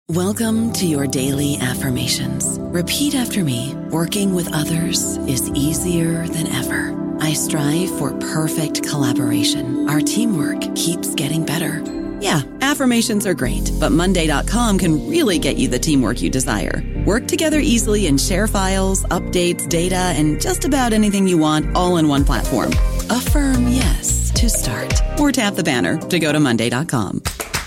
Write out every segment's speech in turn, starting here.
Welcome to your daily affirmations. Repeat after me. Working with others is easier than ever. I strive for perfect collaboration. Our teamwork keeps getting better. Yeah, affirmations are great, but Monday.com can really get you the teamwork you desire. Work together easily and share files, updates, data, and just about anything you want all in one platform. Affirm yes to start or tap the banner to go to Monday.com.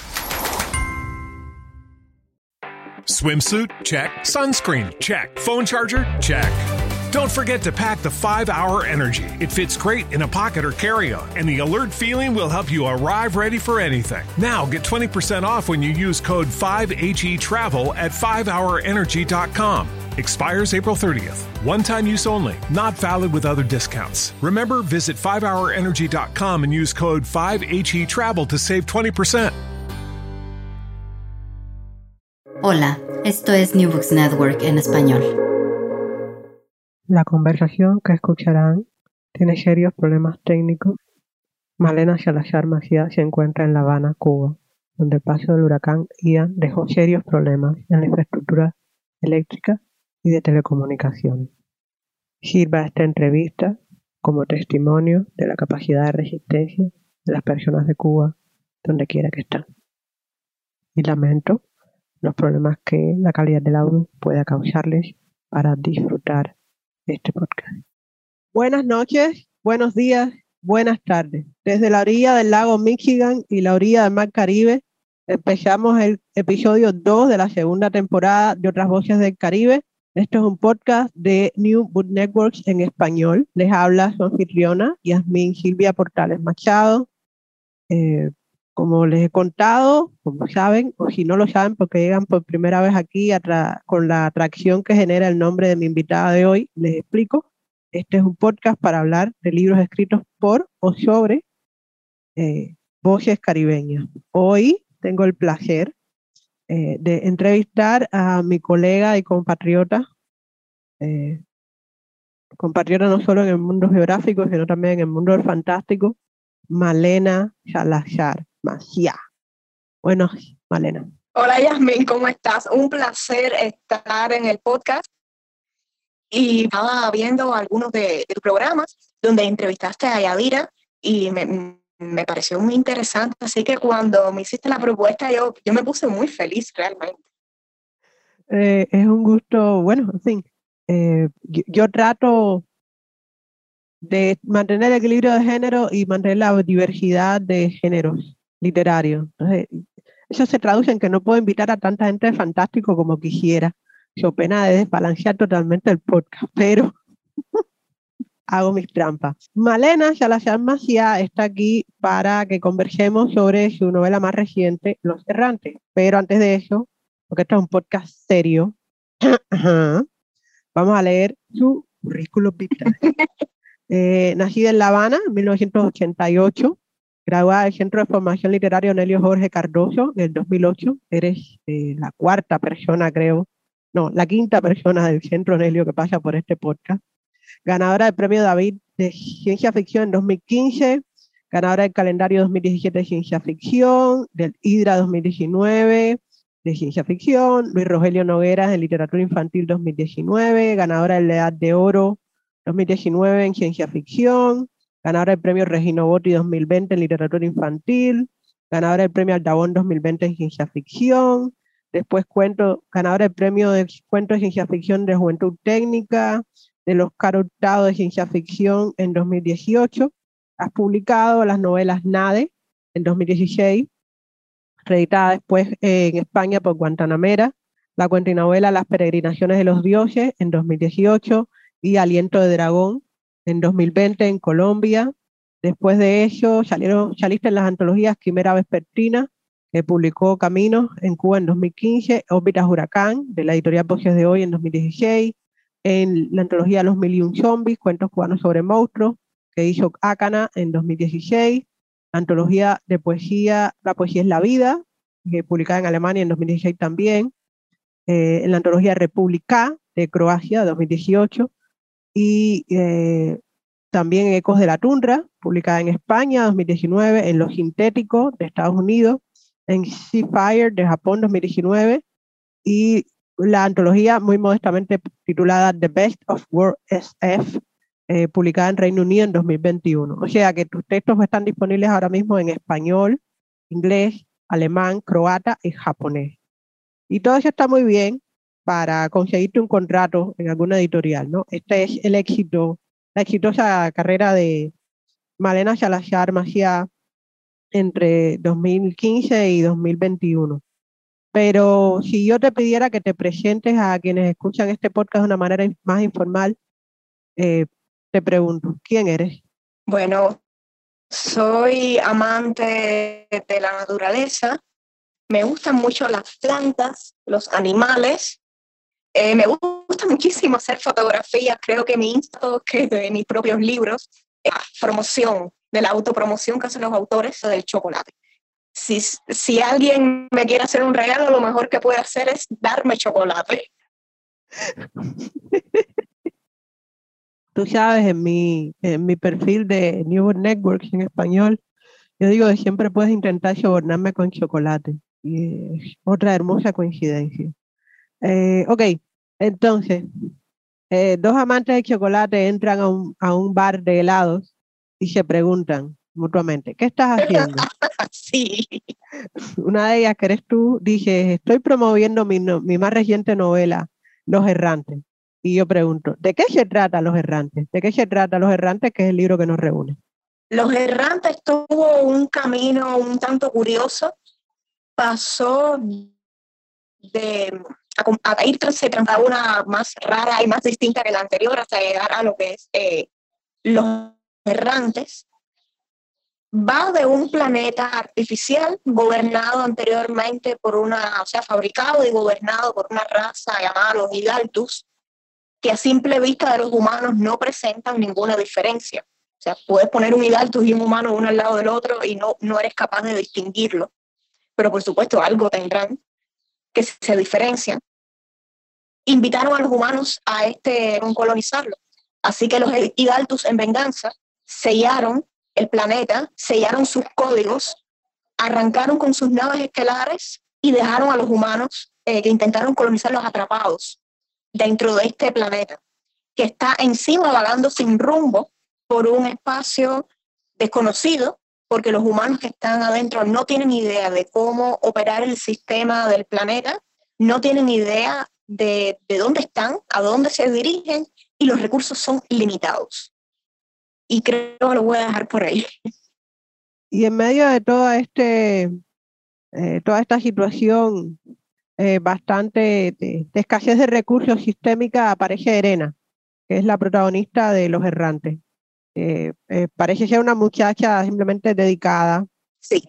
Swimsuit? Check. Sunscreen? Check. Phone charger? Check. Don't forget to pack the 5-Hour Energy. It fits great in a pocket or carry-on, and the alert feeling will help you arrive ready for anything. Now get 20% off when you use code 5HETRAVEL at 5hourenergy.com. Expires April 30th. One-time use only. Not valid with other discounts. Remember, visit 5hourenergy.com and use code 5HETRAVEL to save 20%. Hola, esto es New Books Network en español. La conversación que escucharán tiene serios problemas técnicos. Malena Salazar Macía se encuentra en La Habana, Cuba, donde el paso del huracán Ian dejó serios problemas en la infraestructura eléctrica y de telecomunicaciones. Sirva esta entrevista como testimonio de la capacidad de resistencia de las personas de Cuba, donde quiera que están. Y lamento los problemas que la calidad del audio pueda causarles para disfrutar este podcast. Buenas noches, buenos días, buenas tardes. Desde la orilla del lago Michigan y la orilla del mar Caribe, empezamos el episodio 2 de la segunda temporada de Otras Voces del Caribe. Esto es un podcast de New Book Networks en español. Les habla su anfitriona, Yasmín Silvia Portales Machado. Como les he contado, como saben, o si no lo saben porque llegan por primera vez aquí con la atracción que genera el nombre de mi invitada de hoy, les explico. Este es un podcast para hablar de libros escritos por o sobre voces caribeñas. Hoy tengo el placer de entrevistar a mi colega y compatriota no solo en el mundo geográfico, sino también en el mundo del fantástico, Malena Salazar Macía. Bueno, Malena. Hola Yasmín, ¿cómo estás? Un placer estar en el podcast. Y estaba viendo algunos de tus programas donde entrevistaste a Yadira y me pareció muy interesante. Así que cuando me hiciste la propuesta, yo me puse muy feliz realmente. Es un gusto, bueno, en fin. Yo trato de mantener el equilibrio de género y mantener la diversidad de géneros literarios. Entonces, eso se traduce en que no puedo invitar a tanta gente de fantástico como quisiera. So pena de desbalancear totalmente el podcast, pero hago mis trampas. Malena Salazar Macía está aquí para que conversemos sobre su novela más reciente, Los Errantes. Pero antes de eso, porque esto es un podcast serio, vamos a leer su currículum vitae. Nacida en La Habana en 1988, graduada del Centro de Formación Literaria Nelio Jorge Cardoso en el 2008. Eres la quinta persona del Centro Nelio que pasa por este podcast. Ganadora del Premio David de Ciencia Ficción en 2015, ganadora del Calendario 2017 de Ciencia Ficción, del Hidra 2019 de Ciencia Ficción, Luis Rogelio Nogueras de Literatura Infantil 2019, ganadora de la Edad de Oro 2019 en Ciencia Ficción, ganadora del Premio Regino Botti 2020 en Literatura Infantil, ganadora del Premio Aldabón 2020 en Ciencia Ficción, después ganadora del Premio de Cuentos de Ciencia Ficción de Juventud Técnica, del Oscar Hurtado de Ciencia Ficción en 2018. Has publicado las novelas Nade en 2016, reeditada después en España por Guantanamera, la cuentanovela Las Peregrinaciones de los Dioses en 2018, y Aliento de Dragón en 2020 en Colombia. Después de eso saliste en las antologías Quimera Vespertina, que publicó Caminos en Cuba en 2015, Órbitas Huracán de la editorial Voces de Hoy en 2016, en la antología Los Mil y un Zombies, Cuentos Cubanos sobre Monstruos, que hizo Ácana en 2016, la antología de poesía La Poesía es la Vida, publicada en Alemania en 2016 también, en la antología República de Croacia 2018, y también en Ecos de la Tundra, publicada en España 2019, en Lo Sintético de Estados Unidos, en Seafire de Japón 2019, y la antología muy modestamente titulada The Best of World SF, publicada en Reino Unido en 2021. O sea que tus textos están disponibles ahora mismo en español, inglés, alemán, croata y japonés. Y todo eso está muy bien para conseguirte un contrato en alguna editorial, ¿no? Este es el éxito, la exitosa carrera de Malena Salazar Maciá entre 2015 y 2021. Pero si yo te pidiera que te presentes a quienes escuchan este podcast de una manera más informal, te pregunto, ¿quién eres? Bueno, soy amante de la naturaleza, me gustan mucho las plantas, los animales, me gusta muchísimo hacer fotografías, creo que mi Insta, que de mis propios libros, promoción, de la autopromoción que hacen los autores del chocolate. Si alguien me quiere hacer un regalo, lo mejor que puede hacer es darme chocolate. Tú sabes, en mi perfil de New Books Network en español, yo digo que siempre puedes intentar sobornarme con chocolate. Y es otra hermosa coincidencia. Ok, entonces, dos amantes de chocolate entran a un bar de helados y se preguntan mutuamente, ¿qué estás haciendo? Sí. Una de ellas, que eres tú, dice, estoy promoviendo mi más reciente novela, Los Errantes. Y yo pregunto, ¿de qué se trata Los Errantes? ¿De qué se trata Los Errantes, que es el libro que nos reúne? Los Errantes tuvo un camino un tanto curioso. Pasó a ir a una más rara y más distinta que la anterior hasta llegar a lo que es Los Errantes. Va de un planeta artificial gobernado anteriormente fabricado y gobernado por una raza llamada los Hidaltus, que a simple vista de los humanos no presentan ninguna diferencia. O sea, puedes poner un Hidaltus y un humano uno al lado del otro y no eres capaz de distinguirlo. Pero por supuesto algo tendrán que se diferencian. Invitaron a los humanos a colonizarlo. Así que los Hidaltus, en venganza, sellaron el planeta, sellaron sus códigos, arrancaron con sus naves estelares y dejaron a los humanos que intentaron colonizarlos atrapados dentro de este planeta, que está encima vagando sin rumbo por un espacio desconocido, porque los humanos que están adentro no tienen idea de cómo operar el sistema del planeta, no tienen idea de dónde están, a dónde se dirigen, y los recursos son limitados. Y creo que lo voy a dejar por ahí. Y en medio de toda esta situación bastante de escasez de recursos sistémica, aparece Erena, que es la protagonista de Los Errantes. Parece ser una muchacha simplemente dedicada sí.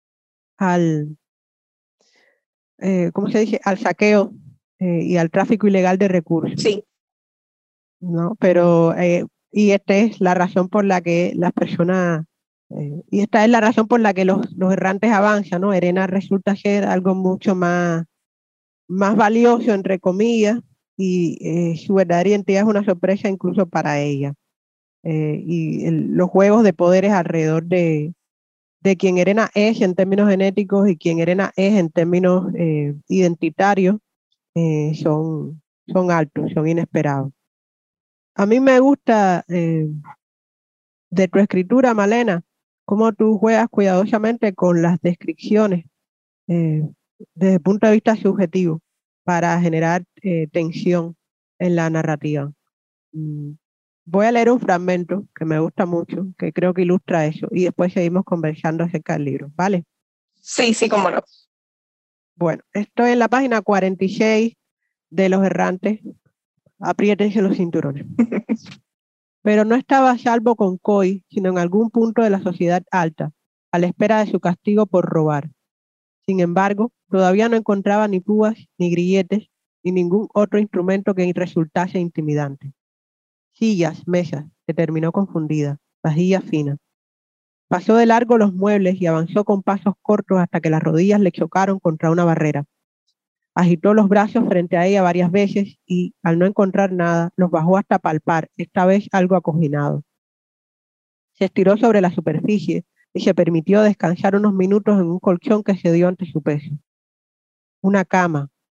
¿cómo se dice? Al saqueo y al tráfico ilegal de recursos. Sí. ¿No? Pero, y esta es la razón por la que las personas, y esta es la razón por la que los errantes avanzan, ¿no? Erena resulta ser algo mucho más valioso, entre comillas, y su verdadera identidad es una sorpresa incluso para ella. Los juegos de poderes alrededor de quien Erena es en términos genéticos y quien Erena es en términos identitarios son altos, son inesperados. A mí me gusta de tu escritura, Malena, cómo tú juegas cuidadosamente con las descripciones desde el punto de vista subjetivo para generar tensión en la narrativa. Voy a leer un fragmento que me gusta mucho, que creo que ilustra eso, y después seguimos conversando acerca del libro, ¿vale? Sí, cómo no. Bueno, estoy en la página 46 de Los Errantes. Apriétense los cinturones. Pero no estaba a salvo con Coy, sino en algún punto de la sociedad alta, a la espera de su castigo por robar. Sin embargo, todavía no encontraba ni púas, ni grilletes, ni ningún otro instrumento que resultase intimidante. Sillas, mesas, se terminó confundida, vajillas finas. Pasó de largo los muebles y avanzó con pasos cortos hasta que las rodillas le chocaron contra una barrera. Agitó los brazos frente a ella varias veces y, al no encontrar nada, los bajó hasta palpar, esta vez algo acoginado. Se estiró sobre la superficie y se permitió descansar unos minutos en un colchón que cedió ante su peso. Una cama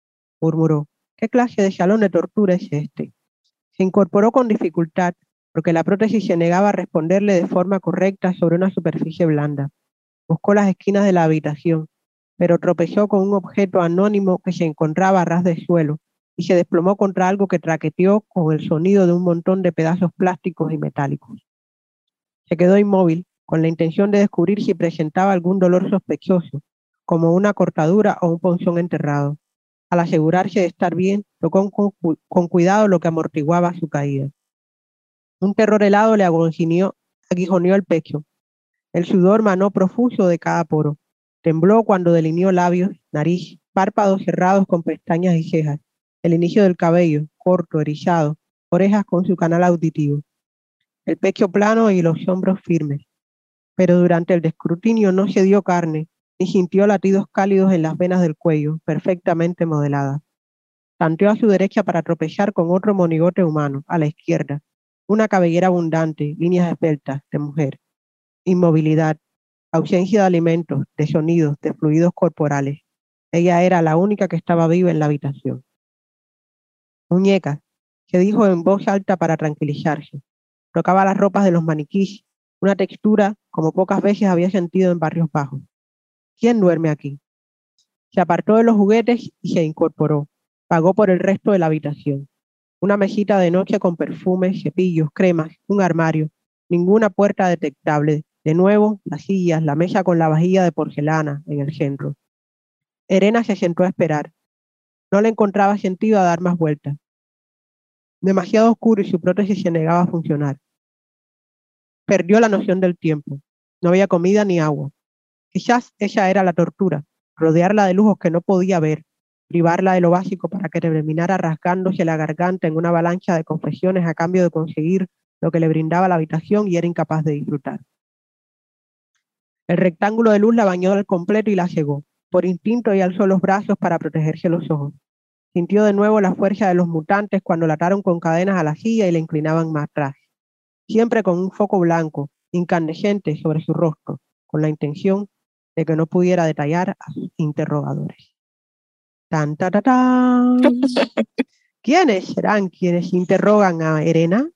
murmuró. ¿Qué clase de salón de tortura es este? Se incorporó con dificultad, porque la prótesis se negaba a responderle de forma correcta sobre una superficie blanda. Buscó las esquinas de la habitación, pero tropezó con un objeto anónimo que se encontraba a ras del suelo y se desplomó contra algo que traqueteó con el sonido de un montón de pedazos plásticos y metálicos. Se quedó inmóvil, con la intención de descubrir si presentaba algún dolor sospechoso, como una cortadura o un punzón enterrado. Al asegurarse de estar bien, tocó con cuidado lo que amortiguaba su caída. Un terror helado le aguijoneó el pecho. El sudor manó profuso de cada poro. Tembló cuando delineó labios, nariz, párpados cerrados con pestañas y cejas, el inicio del cabello, corto, erizado, orejas con su canal auditivo, el pecho plano y los hombros firmes. Pero durante el escrutinio no se dio carne, ni sintió latidos cálidos en las venas del cuello, perfectamente modeladas. Tanteó a su derecha para tropezar con otro monigote humano, a la izquierda, una cabellera abundante, líneas esbeltas, de mujer. Inmovilidad, ausencia de alimentos, de sonidos, de fluidos corporales. Ella era la única que estaba viva en la habitación. Muñecas, se dijo en voz alta para tranquilizarse. Tocaba las ropas de los maniquíes, una textura como pocas veces había sentido en barrios bajos. ¿Quién duerme aquí? Se apartó de los juguetes y se incorporó. Pagó por el resto de la habitación. Una mesita de noche con perfumes, cepillos, cremas, un armario, ninguna puerta detectable. De nuevo, las sillas, la mesa con la vajilla de porcelana en el centro. Erena se sentó a esperar. No le encontraba sentido a dar más vueltas. Demasiado oscuro y su prótesis se negaba a funcionar. Perdió la noción del tiempo. No había comida ni agua. Quizás esa era la tortura, rodearla de lujos que no podía ver, privarla de lo básico para que terminara rasgándose la garganta en una avalancha de confesiones a cambio de conseguir lo que le brindaba la habitación y era incapaz de disfrutar. El rectángulo de luz la bañó al completo y la cegó. Por instinto ella alzó los brazos para protegerse los ojos. Sintió de nuevo la fuerza de los mutantes cuando la ataron con cadenas a la silla y la inclinaban más atrás, siempre con un foco blanco, incandescente sobre su rostro, con la intención de que no pudiera detallar a sus interrogadores. ¡Tan, ta, ta, tan! ¿Quiénes serán quienes interrogan a Erena?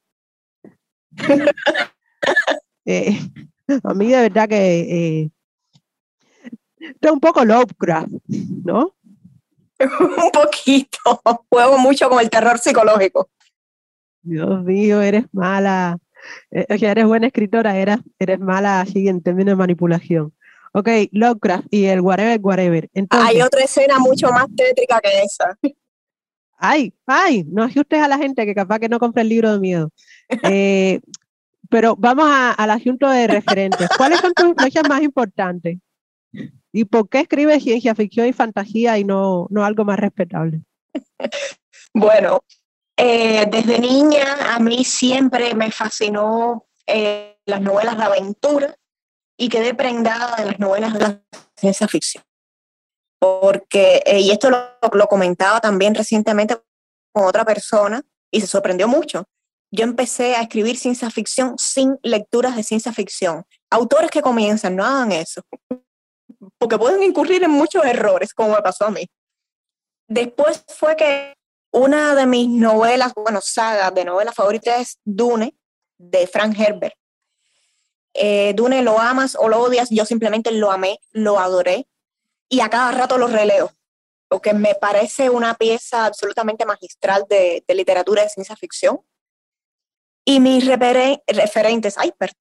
A mí de verdad que está un poco Lovecraft, ¿no? Un poquito. Juego mucho con el terror psicológico. Dios mío, eres mala. O sea, eres buena escritora, eres mala así en términos de manipulación. Ok, Lovecraft y el whatever. Entonces, hay otra escena mucho más tétrica que esa. Ay, no asustes a la gente que capaz que no compra el libro de miedo. Pero vamos al asunto de referentes. ¿Cuáles son tus influencias más importantes? ¿Y por qué escribes ciencia ficción y fantasía y no algo más respetable? Bueno, desde niña a mí siempre me fascinó las novelas de aventura y quedé prendada de las novelas de la ciencia ficción. Porque, y esto lo comentaba también recientemente con otra persona y se sorprendió mucho. Yo empecé a escribir ciencia ficción sin lecturas de ciencia ficción. Autores que comienzan, no hagan eso, porque pueden incurrir en muchos errores, como me pasó a mí. Después fue que una de mis novelas, sagas de novelas favoritas es Dune, de Frank Herbert. Dune, lo amas o lo odias, yo simplemente lo amé, lo adoré, y a cada rato lo releo, porque me parece una pieza absolutamente magistral de literatura de ciencia ficción. Y mis referentes,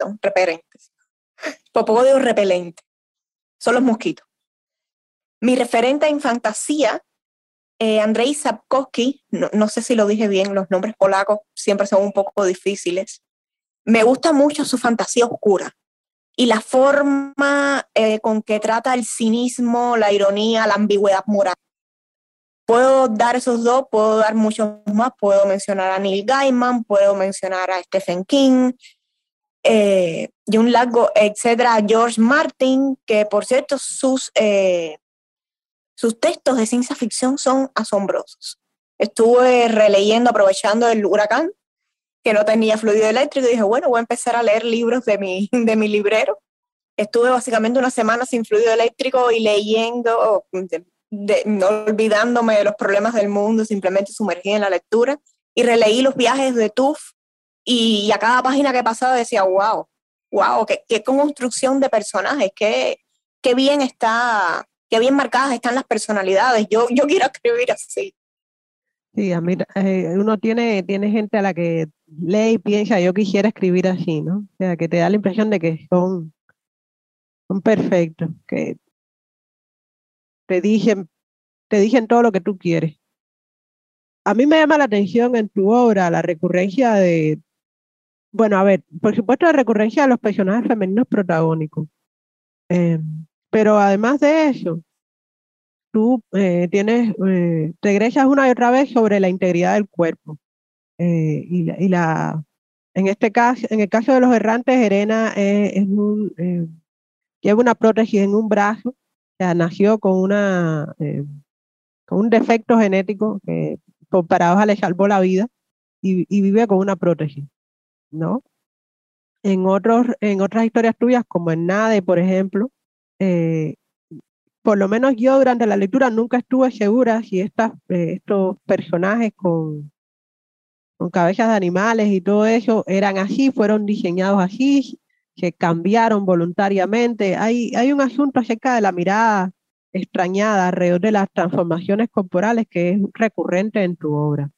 por poco digo repelente, son los mosquitos. Mi referente en fantasía, Andrzej Sapkowski, no sé si lo dije bien, los nombres polacos siempre son un poco difíciles. Me gusta mucho su fantasía oscura y la forma con que trata el cinismo, la ironía, la ambigüedad moral. Puedo dar esos dos, puedo dar muchos más, puedo mencionar a Neil Gaiman, puedo mencionar a Stephen King, y un largo, etcétera, George Martin, que por cierto sus textos de ciencia ficción son asombrosos. Estuve releyendo, aprovechando el huracán, que no tenía fluido eléctrico, y dije, bueno, voy a empezar a leer libros de mi librero. Estuve básicamente una semana sin fluido eléctrico y leyendo no olvidándome de los problemas del mundo, simplemente sumergida en la lectura, y releí los viajes de Tuf, y a cada página que pasaba decía, wow, qué construcción de personajes, qué bien qué bien marcadas están las personalidades. Yo quiero escribir así. Sí, a mí, uno tiene gente a la que lee y piensa, yo quisiera escribir así, ¿no? O sea, que te da la impresión de que son perfectos, que te dicen todo lo que tú quieres. A mí me llama la atención en tu obra la recurrencia bueno, a ver, por supuesto la recurrencia de los personajes femeninos protagónicos, eh, pero además de eso, tú te egresas una y otra vez sobre la integridad del cuerpo. En este caso, en el caso de los errantes, Erena lleva una prótesis en un brazo, o sea, nació con un defecto genético que por paradoja le salvó la vida y vive con una prótesis, ¿no? En otras historias tuyas, como en Nade, por ejemplo, eh, por lo menos yo durante la lectura nunca estuve segura si estos personajes con cabezas de animales y todo eso eran así, fueron diseñados así, se cambiaron voluntariamente. Hay un asunto acerca de la mirada extrañada alrededor de las transformaciones corporales que es recurrente en tu obra.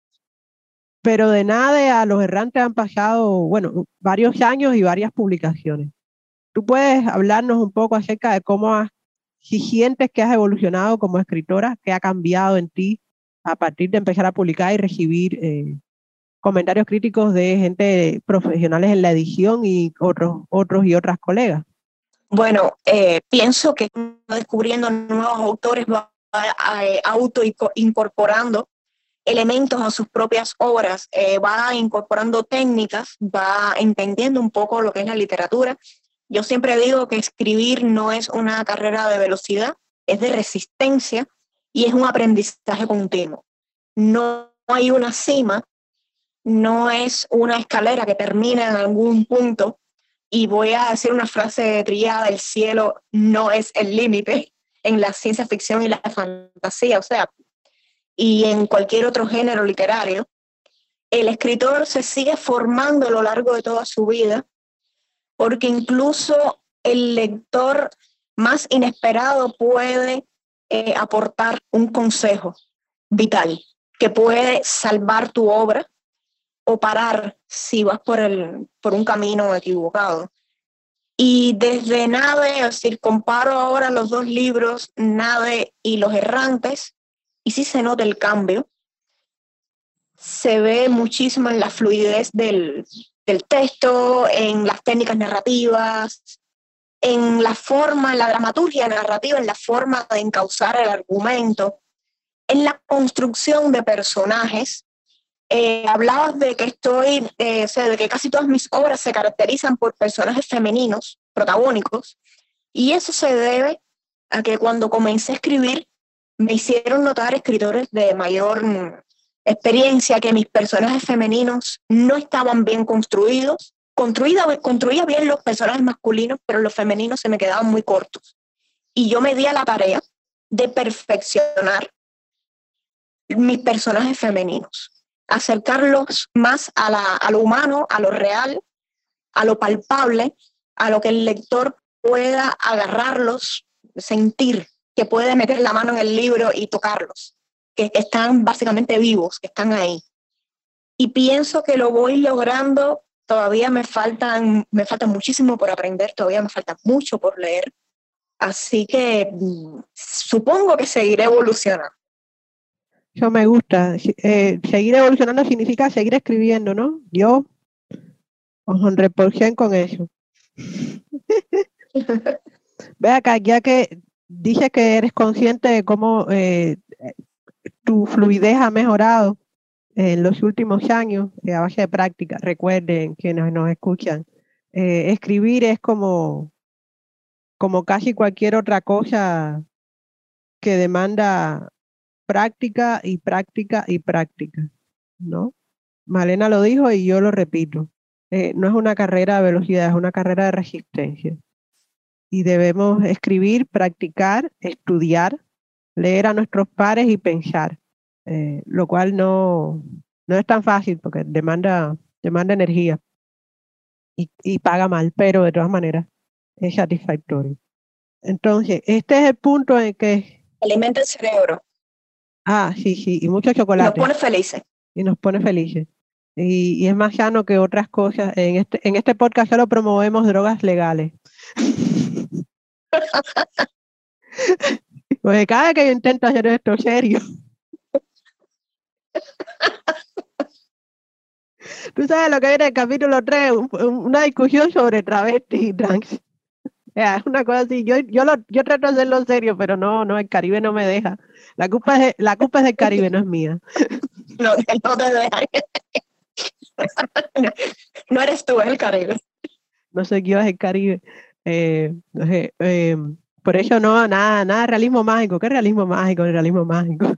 Pero de nada a los errantes han pasado, bueno, varios años y varias publicaciones. ¿Tú puedes hablarnos un poco acerca de si sientes que has evolucionado como escritora, qué ha cambiado en ti a partir de empezar a publicar y recibir comentarios críticos de gente profesionales en la edición y otros y otras colegas? Bueno, pienso que descubriendo nuevos autores va auto incorporando elementos a sus propias obras, va incorporando técnicas, va entendiendo un poco lo que es la literatura. Yo siempre digo que escribir no es una carrera de velocidad, es de resistencia y es un aprendizaje continuo. No hay una cima, no es una escalera que termina en algún punto y voy a decir una frase trillada: el cielo no es el límite en la ciencia ficción y la fantasía, o sea, y en cualquier otro género literario. El escritor se sigue formando a lo largo de toda su vida, porque incluso el lector más inesperado puede aportar un consejo vital que puede salvar tu obra o parar si vas por un camino equivocado. Y desde Nade, es decir, comparo ahora los dos libros, Nade y Los Errantes, y sí se nota el cambio. Se ve muchísimo en la fluidez del texto, en las técnicas narrativas, en la forma, en la dramaturgia narrativa, en la forma de encauzar el argumento, en la construcción de personajes. Hablabas de que de que casi todas mis obras se caracterizan por personajes femeninos, protagónicos, y eso se debe a que cuando comencé a escribir me hicieron notar escritores de mayor experiencia que mis personajes femeninos no estaban bien construidos. Construía bien los personajes masculinos, pero los femeninos se me quedaban muy cortos. Y yo me di a la tarea de perfeccionar mis personajes femeninos, acercarlos más a lo humano, a lo real, a lo palpable, a lo que el lector pueda agarrarlos, sentir, que puede meter la mano en el libro y tocarlos, que están básicamente vivos, que están ahí. Y pienso que lo voy logrando. Todavía me falta muchísimo por aprender, todavía me falta mucho por leer, así que supongo que seguiré evolucionando. Eso me gusta. Seguir evolucionando significa seguir escribiendo, ¿no? Yo, 100% con eso. Ve acá, ya que dices que eres consciente de cómo tu fluidez ha mejorado en los últimos años a base de práctica. Recuerden, quienes nos escuchan, escribir es como casi cualquier otra cosa que demanda práctica y práctica y práctica, ¿no? Malena lo dijo y yo lo repito. No es una carrera de velocidad, es una carrera de resistencia. Y debemos escribir, practicar, estudiar leer a nuestros pares y pensar, lo cual no es tan fácil porque demanda energía y paga mal, pero de todas maneras es satisfactorio. Entonces, este es el punto en que... Alimenta el cerebro. Sí, y mucho Nos chocolate. pone felices. Y nos pone felices. Y es más sano que otras cosas. En este podcast solo promovemos drogas legales. Porque cada vez que yo intento hacer esto serio, tú sabes lo que viene en el capítulo 3, una discusión sobre travestis y trans. Es una cosa así. Yo trato de hacerlo serio, pero no, el Caribe no me deja. La culpa es del Caribe, no es mía. No te dejan. No eres tú, es el Caribe. No sé qué es el Caribe. No sé, por eso no, nada de realismo mágico. ¿Qué realismo mágico? El realismo mágico.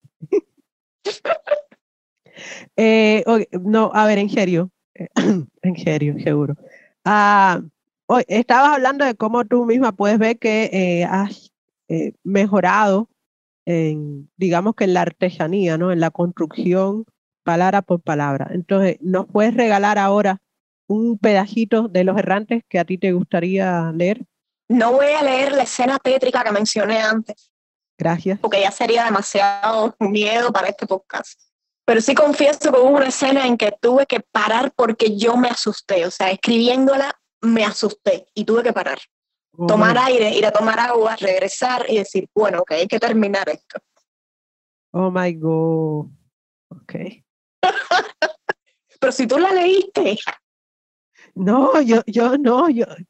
No, a ver, en serio, en serio, seguro. Hoy estabas hablando de cómo tú misma puedes ver que has mejorado digamos que en la artesanía, ¿no? En la construcción, palabra por palabra. Entonces, ¿nos puedes regalar ahora un pedacito de Los Errantes que a ti te gustaría leer? No voy a leer la escena tétrica que mencioné antes. Gracias. Porque ya sería demasiado miedo para este podcast. Pero sí confieso que hubo una escena en que tuve que parar porque yo me asusté. O sea, escribiéndola me asusté y tuve que parar. Tomar aire, ir a tomar agua, regresar y decir, bueno, ok, hay que terminar esto. Oh my God. Ok. Pero si tú la leíste. No, yo no,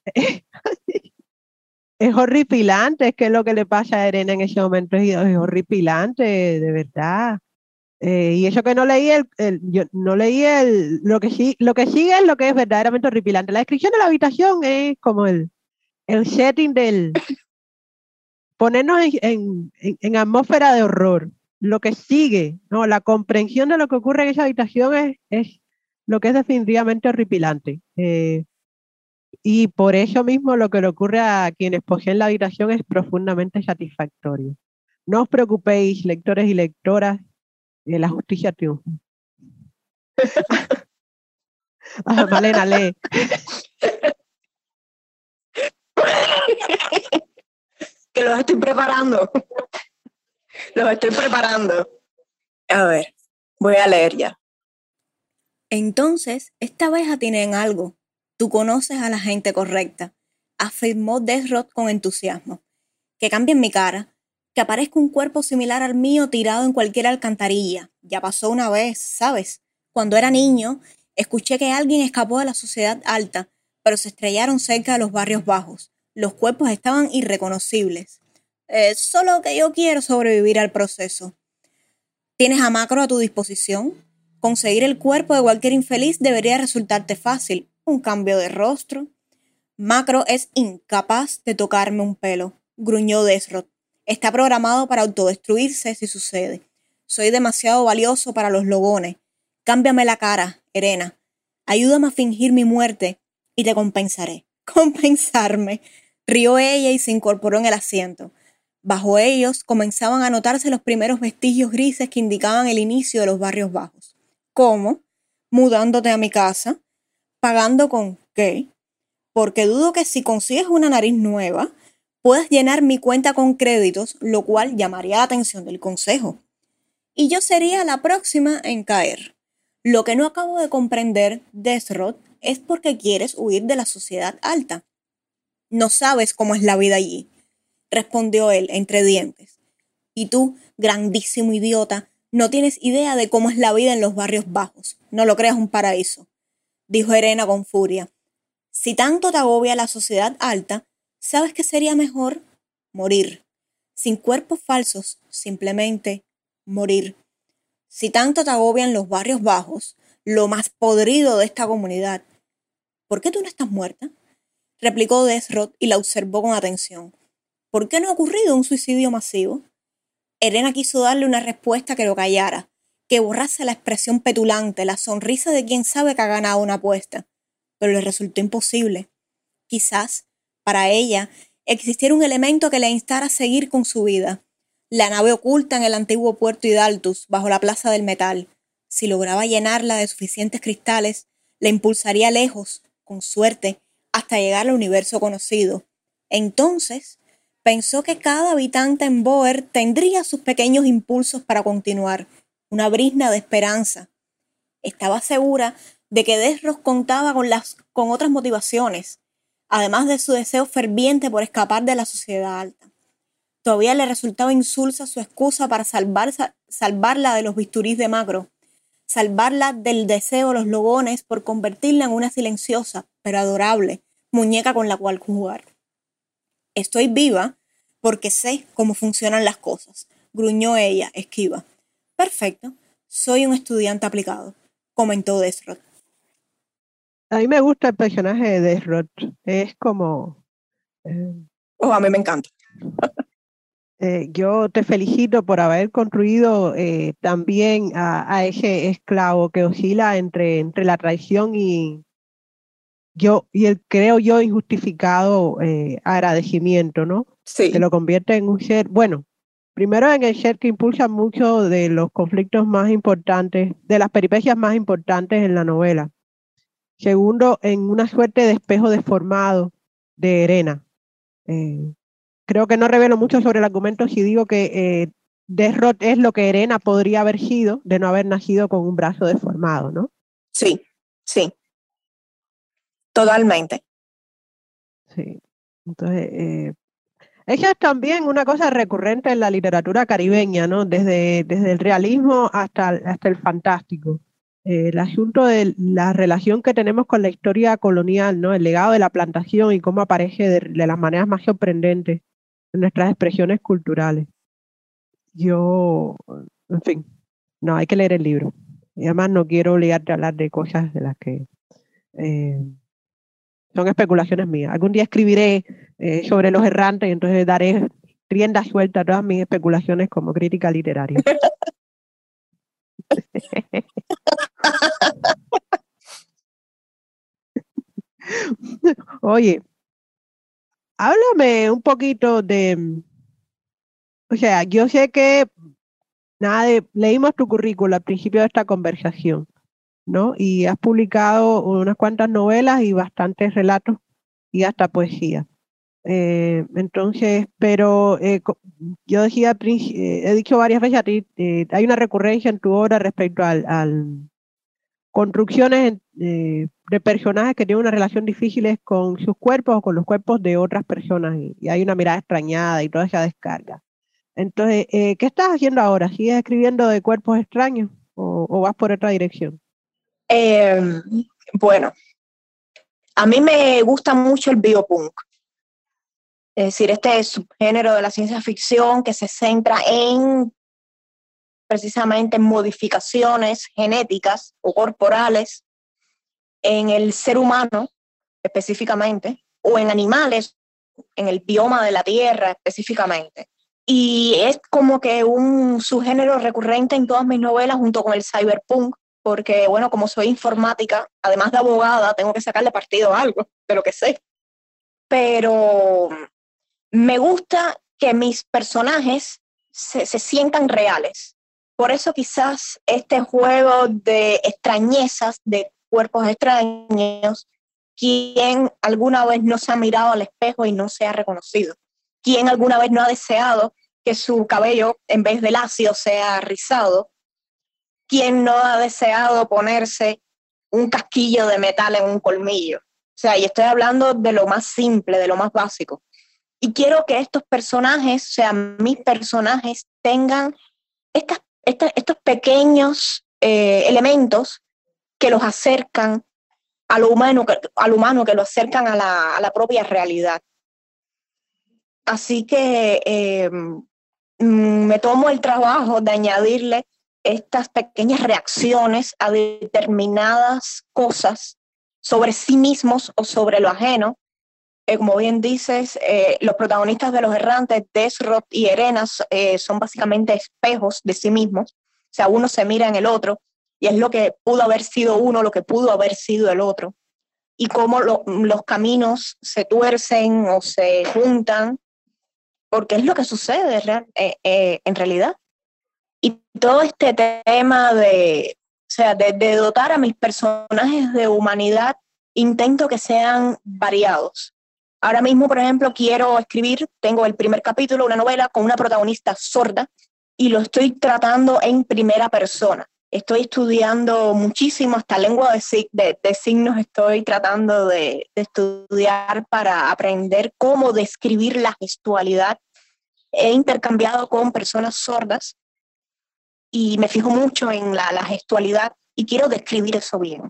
es horripilante, es que lo que le pasa a Irene en ese momento es horripilante, de verdad. Y eso que no leí yo no leí lo que sigue es lo que es verdaderamente horripilante. La descripción de la habitación es como el setting ponernos en atmósfera de horror. Lo que sigue, ¿no? La comprensión de lo que ocurre en esa habitación es lo que es definitivamente horripilante. Y por eso mismo lo que le ocurre a quienes poseen la habitación es profundamente satisfactorio. No os preocupéis, lectores y lectoras, la justicia triunfa. Malena, lee. Que los estoy preparando. Los estoy preparando. A ver, voy a leer ya. Entonces, esta abeja tiene en algo. Tú conoces a la gente correcta, afirmó Desrod con entusiasmo. Que cambie en mi cara, que aparezca un cuerpo similar al mío tirado en cualquier alcantarilla. Ya pasó una vez, ¿sabes? Cuando era niño, escuché que alguien escapó de la sociedad alta, pero se estrellaron cerca de los barrios bajos. Los cuerpos estaban irreconocibles. Solo que yo quiero sobrevivir al proceso. ¿Tienes a Macro a tu disposición? Conseguir el cuerpo de cualquier infeliz debería resultarte fácil. Un cambio de rostro. Macro es incapaz de tocarme un pelo, gruñó Desrod. Está programado para autodestruirse si sucede. Soy demasiado valioso para los logones. Cámbiame la cara, Erena. Ayúdame a fingir mi muerte y te compensaré. ¿Compensarme? Rió ella y se incorporó en el asiento. Bajo ellos comenzaban a notarse los primeros vestigios grises que indicaban el inicio de los barrios bajos. ¿Cómo? ¿Mudándote a mi casa? ¿Pagando con qué? Porque dudo que si consigues una nariz nueva, puedas llenar mi cuenta con créditos, lo cual llamaría la atención del consejo. Y yo sería la próxima en caer. Lo que no acabo de comprender, Desrod, es por qué quieres huir de la sociedad alta. No sabes cómo es la vida allí, respondió él entre dientes. Y tú, grandísimo idiota, no tienes idea de cómo es la vida en los barrios bajos. No lo creas un paraíso, dijo Erena con furia. Si tanto te agobia la sociedad alta, ¿sabes qué sería mejor? Morir. Sin cuerpos falsos, simplemente morir. Si tanto te agobian los barrios bajos, lo más podrido de esta comunidad, ¿por qué tú no estás muerta? Replicó Desrod y la observó con atención. ¿Por qué no ha ocurrido un suicidio masivo? Erena quiso darle una respuesta que lo callara, que borrase la expresión petulante, la sonrisa de quien sabe que ha ganado una apuesta, pero le resultó imposible. Quizás, para ella, existiera un elemento que le instara a seguir con su vida. la nave oculta en el antiguo puerto Idaltus, bajo la plaza del metal. Si lograba llenarla de suficientes cristales, la impulsaría lejos, con suerte, hasta llegar al universo conocido. Entonces, pensó que cada habitante en Boer tendría sus pequeños impulsos para continuar, una brizna de esperanza. Estaba segura de que Desros contaba con otras motivaciones, además de su deseo ferviente por escapar de la sociedad alta. Todavía le resultaba insulsa su excusa para salvarla de los bisturís de Macro, salvarla del deseo de los lobones por convertirla en una silenciosa, pero adorable, muñeca con la cual jugar. Estoy viva porque sé cómo funcionan las cosas, gruñó ella, esquiva. Perfecto, soy un estudiante aplicado, comentó Desrod. A mí me gusta el personaje de Desrod. Es como... a mí me encanta. Yo te felicito por haber construido también a ese esclavo que oscila entre la traición y el, creo yo, injustificado agradecimiento, ¿no? Sí. Que lo convierte en un ser, bueno, primero en el ser que impulsa mucho de los conflictos más importantes, de las peripecias más importantes en la novela. Segundo, en una suerte de espejo deformado de Erena. Creo que no revelo mucho sobre el argumento si digo que Desrod es lo que Erena podría haber sido de no haber nacido con un brazo deformado, ¿no? Sí, sí. Totalmente. Sí. Entonces, ella es también una cosa recurrente en la literatura caribeña, ¿no? Desde el realismo hasta el fantástico. El asunto de la relación que tenemos con la historia colonial, ¿no? El legado de la plantación y cómo aparece de las maneras más sorprendentes en nuestras expresiones culturales. En fin, no, hay que leer el libro. Y además no quiero obligarte a hablar de cosas de las que son especulaciones mías. Algún día escribiré sobre los errantes y entonces daré rienda suelta a todas mis especulaciones como crítica literaria. Oye, háblame un poquito o sea, yo sé que leímos tu currículum al principio de esta conversación, ¿no? Y has publicado unas cuantas novelas y bastantes relatos y hasta poesía. Entonces, pero yo decía, he dicho varias veces a ti, hay una recurrencia en tu obra respecto al construcciones de personajes que tienen una relación difíciles con sus cuerpos o con los cuerpos de otras personas y hay una mirada extrañada y toda esa descarga. Entonces, ¿qué estás haciendo ahora? ¿Sigues escribiendo de cuerpos extraños o vas por otra dirección? Bueno, a mí me gusta mucho el biopunk. Es decir, este subgénero de la ciencia ficción que se centra precisamente en modificaciones genéticas o corporales en el ser humano específicamente, o en animales, en el bioma de la Tierra específicamente. Y es como que un subgénero recurrente en todas mis novelas junto con el cyberpunk, porque, bueno, como soy informática, además de abogada, tengo que sacarle partido a algo de lo que sé. Pero me gusta que mis personajes se sientan reales. Por eso quizás este juego de extrañezas, de cuerpos extraños, ¿quién alguna vez no se ha mirado al espejo y no se ha reconocido? ¿Quién alguna vez no ha deseado que su cabello en vez de lacio sea rizado? ¿Quién no ha deseado ponerse un casquillo de metal en un colmillo? O sea, y estoy hablando de lo más simple, de lo más básico. Y quiero que estos personajes, o sea, mis personajes, tengan estos pequeños elementos que los acercan a lo humano, que lo acercan a la propia realidad. Así que me tomo el trabajo de añadirle estas pequeñas reacciones a determinadas cosas sobre sí mismos o sobre lo ajeno. Como bien dices, los protagonistas de Los Errantes, Desrod y Erena, son básicamente espejos de sí mismos. O sea, uno se mira en el otro y es lo que pudo haber sido uno, lo que pudo haber sido el otro. Y cómo los caminos se tuercen o se juntan porque es lo que sucede en realidad. Y todo este tema de dotar a mis personajes de humanidad, intento que sean variados. Ahora mismo, por ejemplo, quiero escribir, tengo el primer capítulo, una novela con una protagonista sorda, y lo estoy tratando en primera persona. Estoy estudiando muchísimo, hasta lengua de signos estoy tratando de estudiar para aprender cómo describir la gestualidad. He intercambiado con personas sordas y me fijo mucho en la gestualidad y quiero describir eso bien.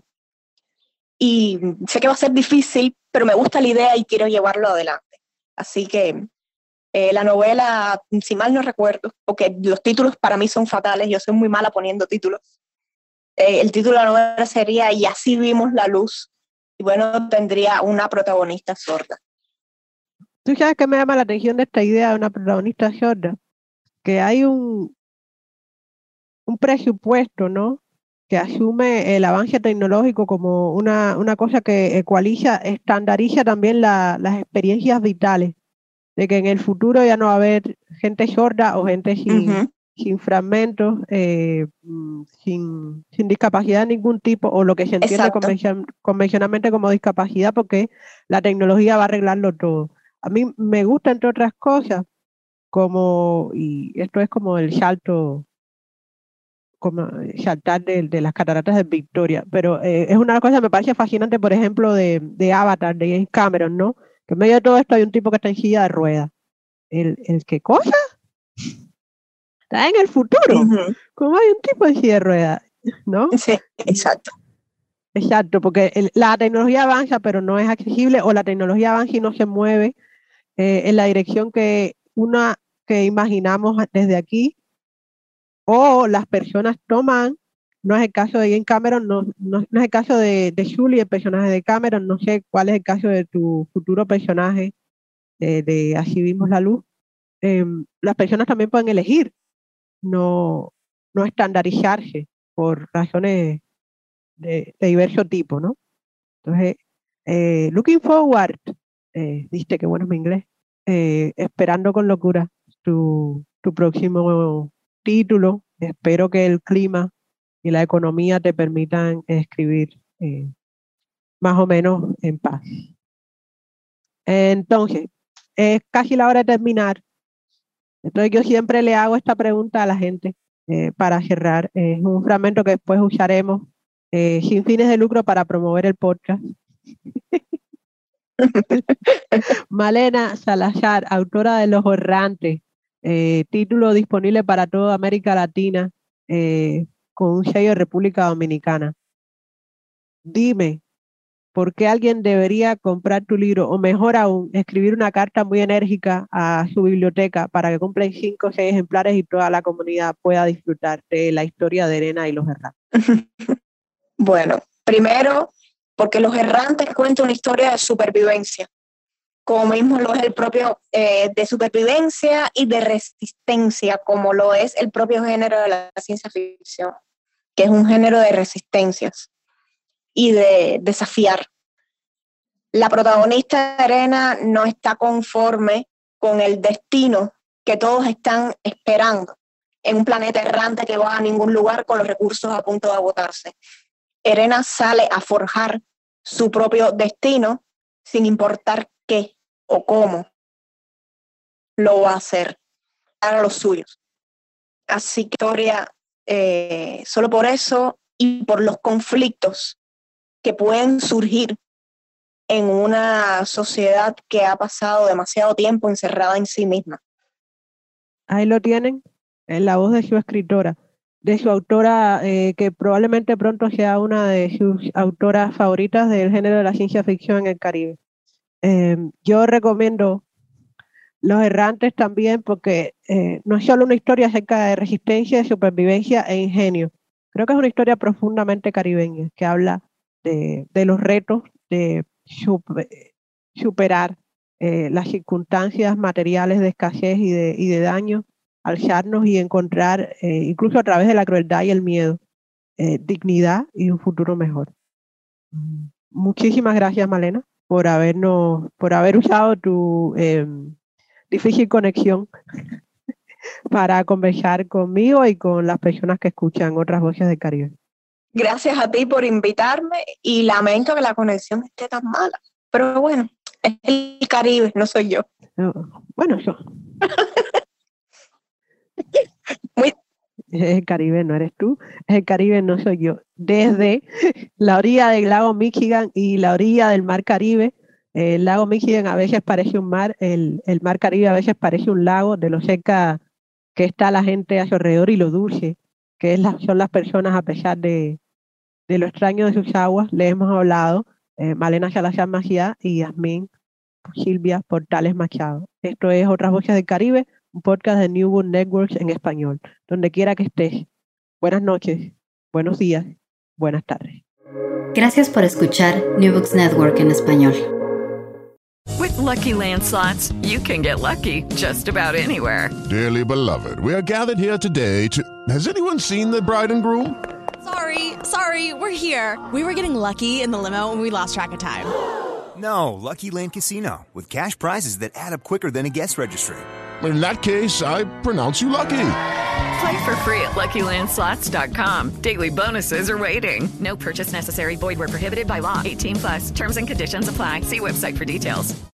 Y sé que va a ser difícil, pero me gusta la idea y quiero llevarlo adelante. Así que la novela, si mal no recuerdo, porque los títulos para mí son fatales, yo soy muy mala poniendo títulos. El título de la novela sería Y así vimos la luz. Y bueno, tendría una protagonista sorda. ¿Tú sabes qué me llama la atención de esta idea de una protagonista sorda? Que hay un presupuesto, ¿no? Que asume el avance tecnológico como una cosa que ecualiza, estandariza también las experiencias vitales, de que en el futuro ya no va a haber gente sorda o gente sin fragmentos, sin discapacidad de ningún tipo, o lo que se entiende convencionalmente como discapacidad, porque la tecnología va a arreglarlo todo. A mí me gusta, entre otras cosas, y esto es como el salto, como saltar de las cataratas de Victoria, pero es una cosa que me parece fascinante, por ejemplo, de Avatar, de James Cameron, ¿no? Que en medio de todo esto hay un tipo que está en silla de ruedas. ¿El qué cosa? Está en el futuro. ¿Cómo hay un tipo en silla de ruedas? ¿No? Sí, exacto. Exacto, porque la tecnología avanza, pero no es accesible, o la tecnología avanza y no se mueve en la dirección que imaginamos desde aquí, o las personas toman. No es el caso de James Cameron, no es el caso de Sully, el personaje de Cameron. No sé cuál es el caso de tu futuro personaje de Así vimos la luz. Las personas también pueden elegir no estandarizarse por razones de diverso tipo, ¿no? Entonces, looking forward, viste qué bueno es mi inglés, esperando con locura tu próximo título. Espero que el clima y la economía te permitan escribir más o menos en paz. Entonces, es casi la hora de terminar. Entonces yo siempre le hago esta pregunta a la gente para cerrar. Es un fragmento que después usaremos sin fines de lucro para promover el podcast. Malena Salazar, autora de Los Errantes, título disponible para toda América Latina, con un sello de República Dominicana. Dime, ¿por qué alguien debería comprar tu libro? O mejor aún, escribir una carta muy enérgica a su biblioteca para que cumplan 5 o 6 ejemplares y toda la comunidad pueda disfrutar de la historia de Elena y Los Errantes. Bueno, primero, porque Los Errantes cuenta una historia de supervivencia, como mismo lo es el propio de supervivencia y de resistencia, como lo es el propio género de la ciencia ficción, que es un género de resistencias y de desafiar. La protagonista Elena no está conforme con el destino que todos están esperando en un planeta errante que va a ningún lugar con los recursos a punto de agotarse. Elena sale a forjar su propio destino sin importar qué o cómo lo va a hacer para los suyos. Así que historia, solo por eso y por los conflictos que pueden surgir en una sociedad que ha pasado demasiado tiempo encerrada en sí misma. Ahí lo tienen, en la voz de su escritora, de su autora, que probablemente pronto sea una de sus autoras favoritas del género de la ciencia ficción en el Caribe. Yo recomiendo Los Errantes también porque no es solo una historia acerca de resistencia, de supervivencia e ingenio. Creo que es una historia profundamente caribeña que habla de los retos de superar las circunstancias materiales de escasez y de daño, alzarnos y encontrar, incluso a través de la crueldad y el miedo, dignidad y un futuro mejor. Muchísimas gracias, Malena, por haber usado tu difícil conexión para conversar conmigo y con las personas que escuchan otras voces del Caribe. Gracias a ti por invitarme y lamento que la conexión esté tan mala. Pero bueno, es el Caribe, no soy yo. Bueno, yo. Es el Caribe, no eres tú. Es el Caribe, no soy yo. Desde la orilla del lago Michigan y la orilla del mar Caribe, el lago Michigan a veces parece un mar, el mar Caribe a veces parece un lago, de lo cerca que está la gente a su alrededor y lo dulce que son las personas a pesar de lo extraño de sus aguas. Le hemos hablado Malena Salazar Macías y Yasmín Silvia Portales Machado. Esto es Otras Voces del Caribe, un podcast de New Books Networks en español. Donde quiera que estés, buenas noches, buenos días, buenas tardes. Gracias por escuchar New Books Network en español. With Lucky Land Slots, you can get lucky just about anywhere. Dearly beloved, we are gathered here today to... Has anyone seen the bride and groom? Sorry, we're here. We were getting lucky in the limo and we lost track of time. No, Lucky Land Casino, with cash prizes that add up quicker than a guest registry. In that case, I pronounce you lucky. Play for free at LuckyLandSlots.com. Daily bonuses are waiting. No purchase necessary. Void where prohibited by law. 18+. Terms and conditions apply. See website for details.